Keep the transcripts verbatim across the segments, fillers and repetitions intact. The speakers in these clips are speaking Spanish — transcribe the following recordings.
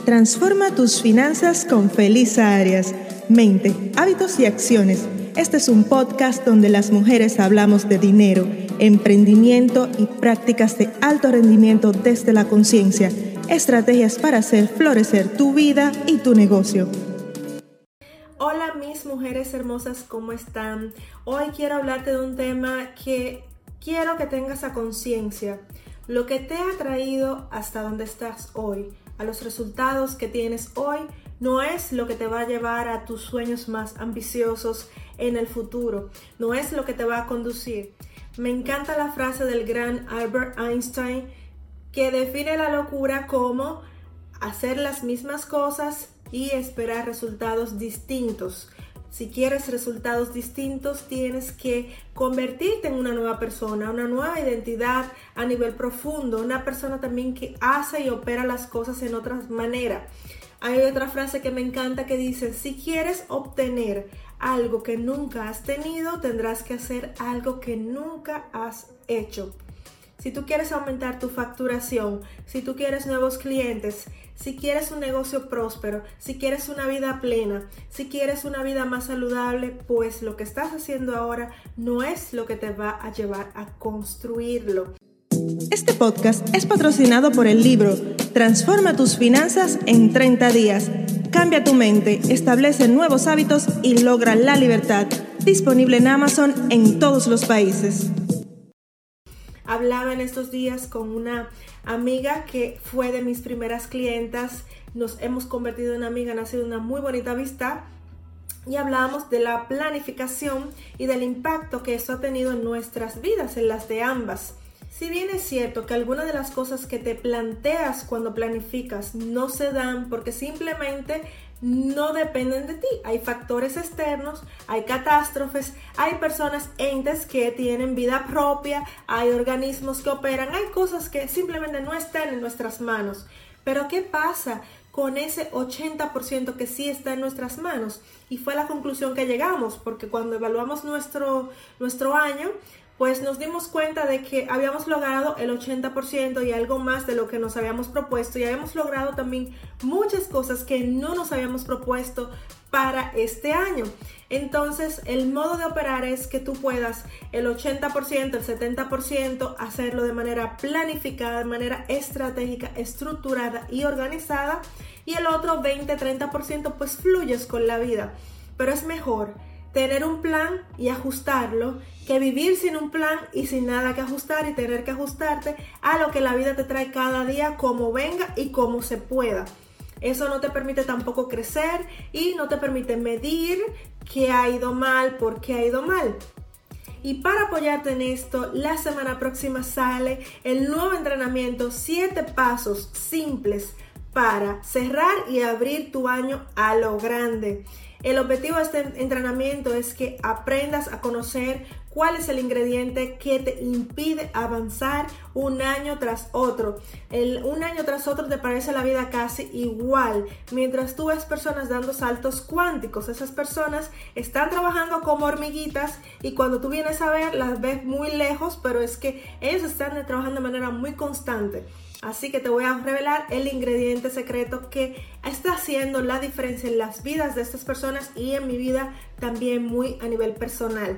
Transforma tus finanzas con Felisa Arias. Mente, hábitos y acciones. Este es un podcast donde las mujeres hablamos de dinero, emprendimiento y prácticas de alto rendimiento desde la conciencia. Estrategias para hacer florecer tu vida y tu negocio. Hola mis mujeres hermosas, ¿cómo están? Hoy quiero hablarte de un tema que quiero que tengas a conciencia. Lo que te ha traído hasta donde estás hoy, a los resultados que tienes hoy, no es lo que te va a llevar a tus sueños más ambiciosos en el futuro. No es lo que te va a conducir. Me encanta la frase del gran Albert Einstein que define la locura como hacer las mismas cosas y esperar resultados distintos. Si quieres resultados distintos, tienes que convertirte en una nueva persona, una nueva identidad a nivel profundo, una persona también que hace y opera las cosas en otra manera. Hay otra frase que me encanta que dice, si quieres obtener algo que nunca has tenido, tendrás que hacer algo que nunca has hecho. Si tú quieres aumentar tu facturación, si tú quieres nuevos clientes, si quieres un negocio próspero, si quieres una vida plena, si quieres una vida más saludable, pues lo que estás haciendo ahora no es lo que te va a llevar a construirlo. Este podcast es patrocinado por el libro Transforma tus finanzas en treinta días. Cambia tu mente, establece nuevos hábitos y logra la libertad. Disponible en Amazon en todos los países. Hablaba en estos días con una amiga que fue de mis primeras clientas. Nos hemos convertido en amigas, ha sido una muy bonita amistad. Y hablábamos de la planificación y del impacto que eso ha tenido en nuestras vidas, en las de ambas. Si bien es cierto que algunas de las cosas que te planteas cuando planificas no se dan porque simplemente no dependen de ti. Hay factores externos, hay catástrofes, hay personas, entes que tienen vida propia, hay organismos que operan, hay cosas que simplemente no están en nuestras manos. Pero ¿qué pasa con ese ochenta por ciento que sí está en nuestras manos? Y fue la conclusión que llegamos, porque cuando evaluamos nuestro, nuestro año, pues nos dimos cuenta de que habíamos logrado el ochenta por ciento y algo más de lo que nos habíamos propuesto, y habíamos logrado también muchas cosas que no nos habíamos propuesto para este año. Entonces el modo de operar es que tú puedas el ochenta por ciento, el setenta por ciento hacerlo de manera planificada, de manera estratégica, estructurada y organizada, y el otro veinte, treinta por ciento pues fluyes con la vida. Pero es mejor tener un plan y ajustarlo que vivir sin un plan y sin nada que ajustar y tener que ajustarte a lo que la vida te trae cada día, como venga y como se pueda. Eso no te permite tampoco crecer y no te permite medir qué ha ido mal, por qué ha ido mal. Y para apoyarte en esto, la semana próxima sale el nuevo entrenamiento, siete pasos simples para cerrar y abrir tu año a lo grande. El objetivo de este entrenamiento es que aprendas a conocer cuál es el ingrediente que te impide avanzar un año tras otro. El, un año tras otro te parece la vida casi igual, mientras tú ves personas dando saltos cuánticos. Esas personas están trabajando como hormiguitas y cuando tú vienes a ver las ves muy lejos, pero es que ellos están trabajando de manera muy constante. Así que te voy a revelar el ingrediente secreto que está haciendo la diferencia en las vidas de estas personas y en mi vida también muy a nivel personal.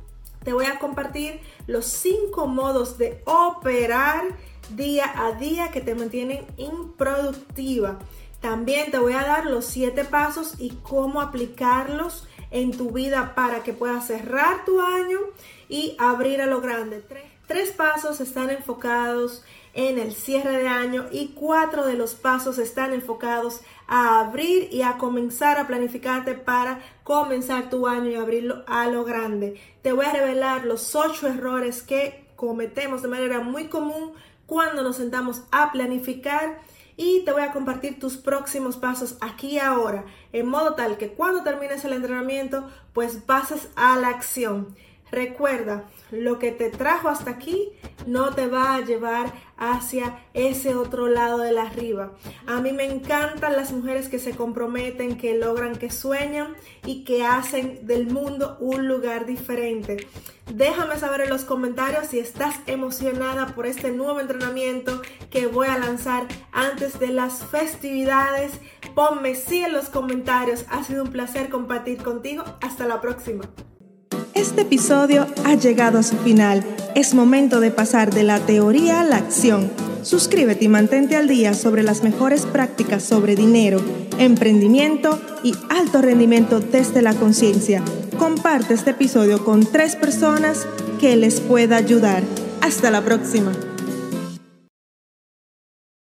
Te voy a compartir los cinco modos de operar día a día que te mantienen improductiva. También te voy a dar los siete pasos y cómo aplicarlos en tu vida para que puedas cerrar tu año y abrir a lo grande. Tres, tres pasos están enfocados en el cierre de año y cuatro de los pasos están enfocados a abrir y a comenzar a planificarte para comenzar tu año y abrirlo a lo grande. Te voy a revelar los ocho errores que cometemos de manera muy común cuando nos sentamos a planificar y te voy a compartir tus próximos pasos aquí y ahora, en modo tal que cuando termines el entrenamiento pues pases a la acción. Recuerda, lo que te trajo hasta aquí no te va a llevar hacia ese otro lado de la arriba. A mí me encantan las mujeres que se comprometen, que logran, que sueñan y que hacen del mundo un lugar diferente. Déjame saber en los comentarios si estás emocionada por este nuevo entrenamiento que voy a lanzar antes de las festividades. Ponme sí en los comentarios. Ha sido un placer compartir contigo. Hasta la próxima. Este episodio ha llegado a su final. Es momento de pasar de la teoría a la acción. Suscríbete y mantente al día sobre las mejores prácticas sobre dinero, emprendimiento y alto rendimiento desde la conciencia. Comparte este episodio con tres personas que les pueda ayudar. Hasta la próxima.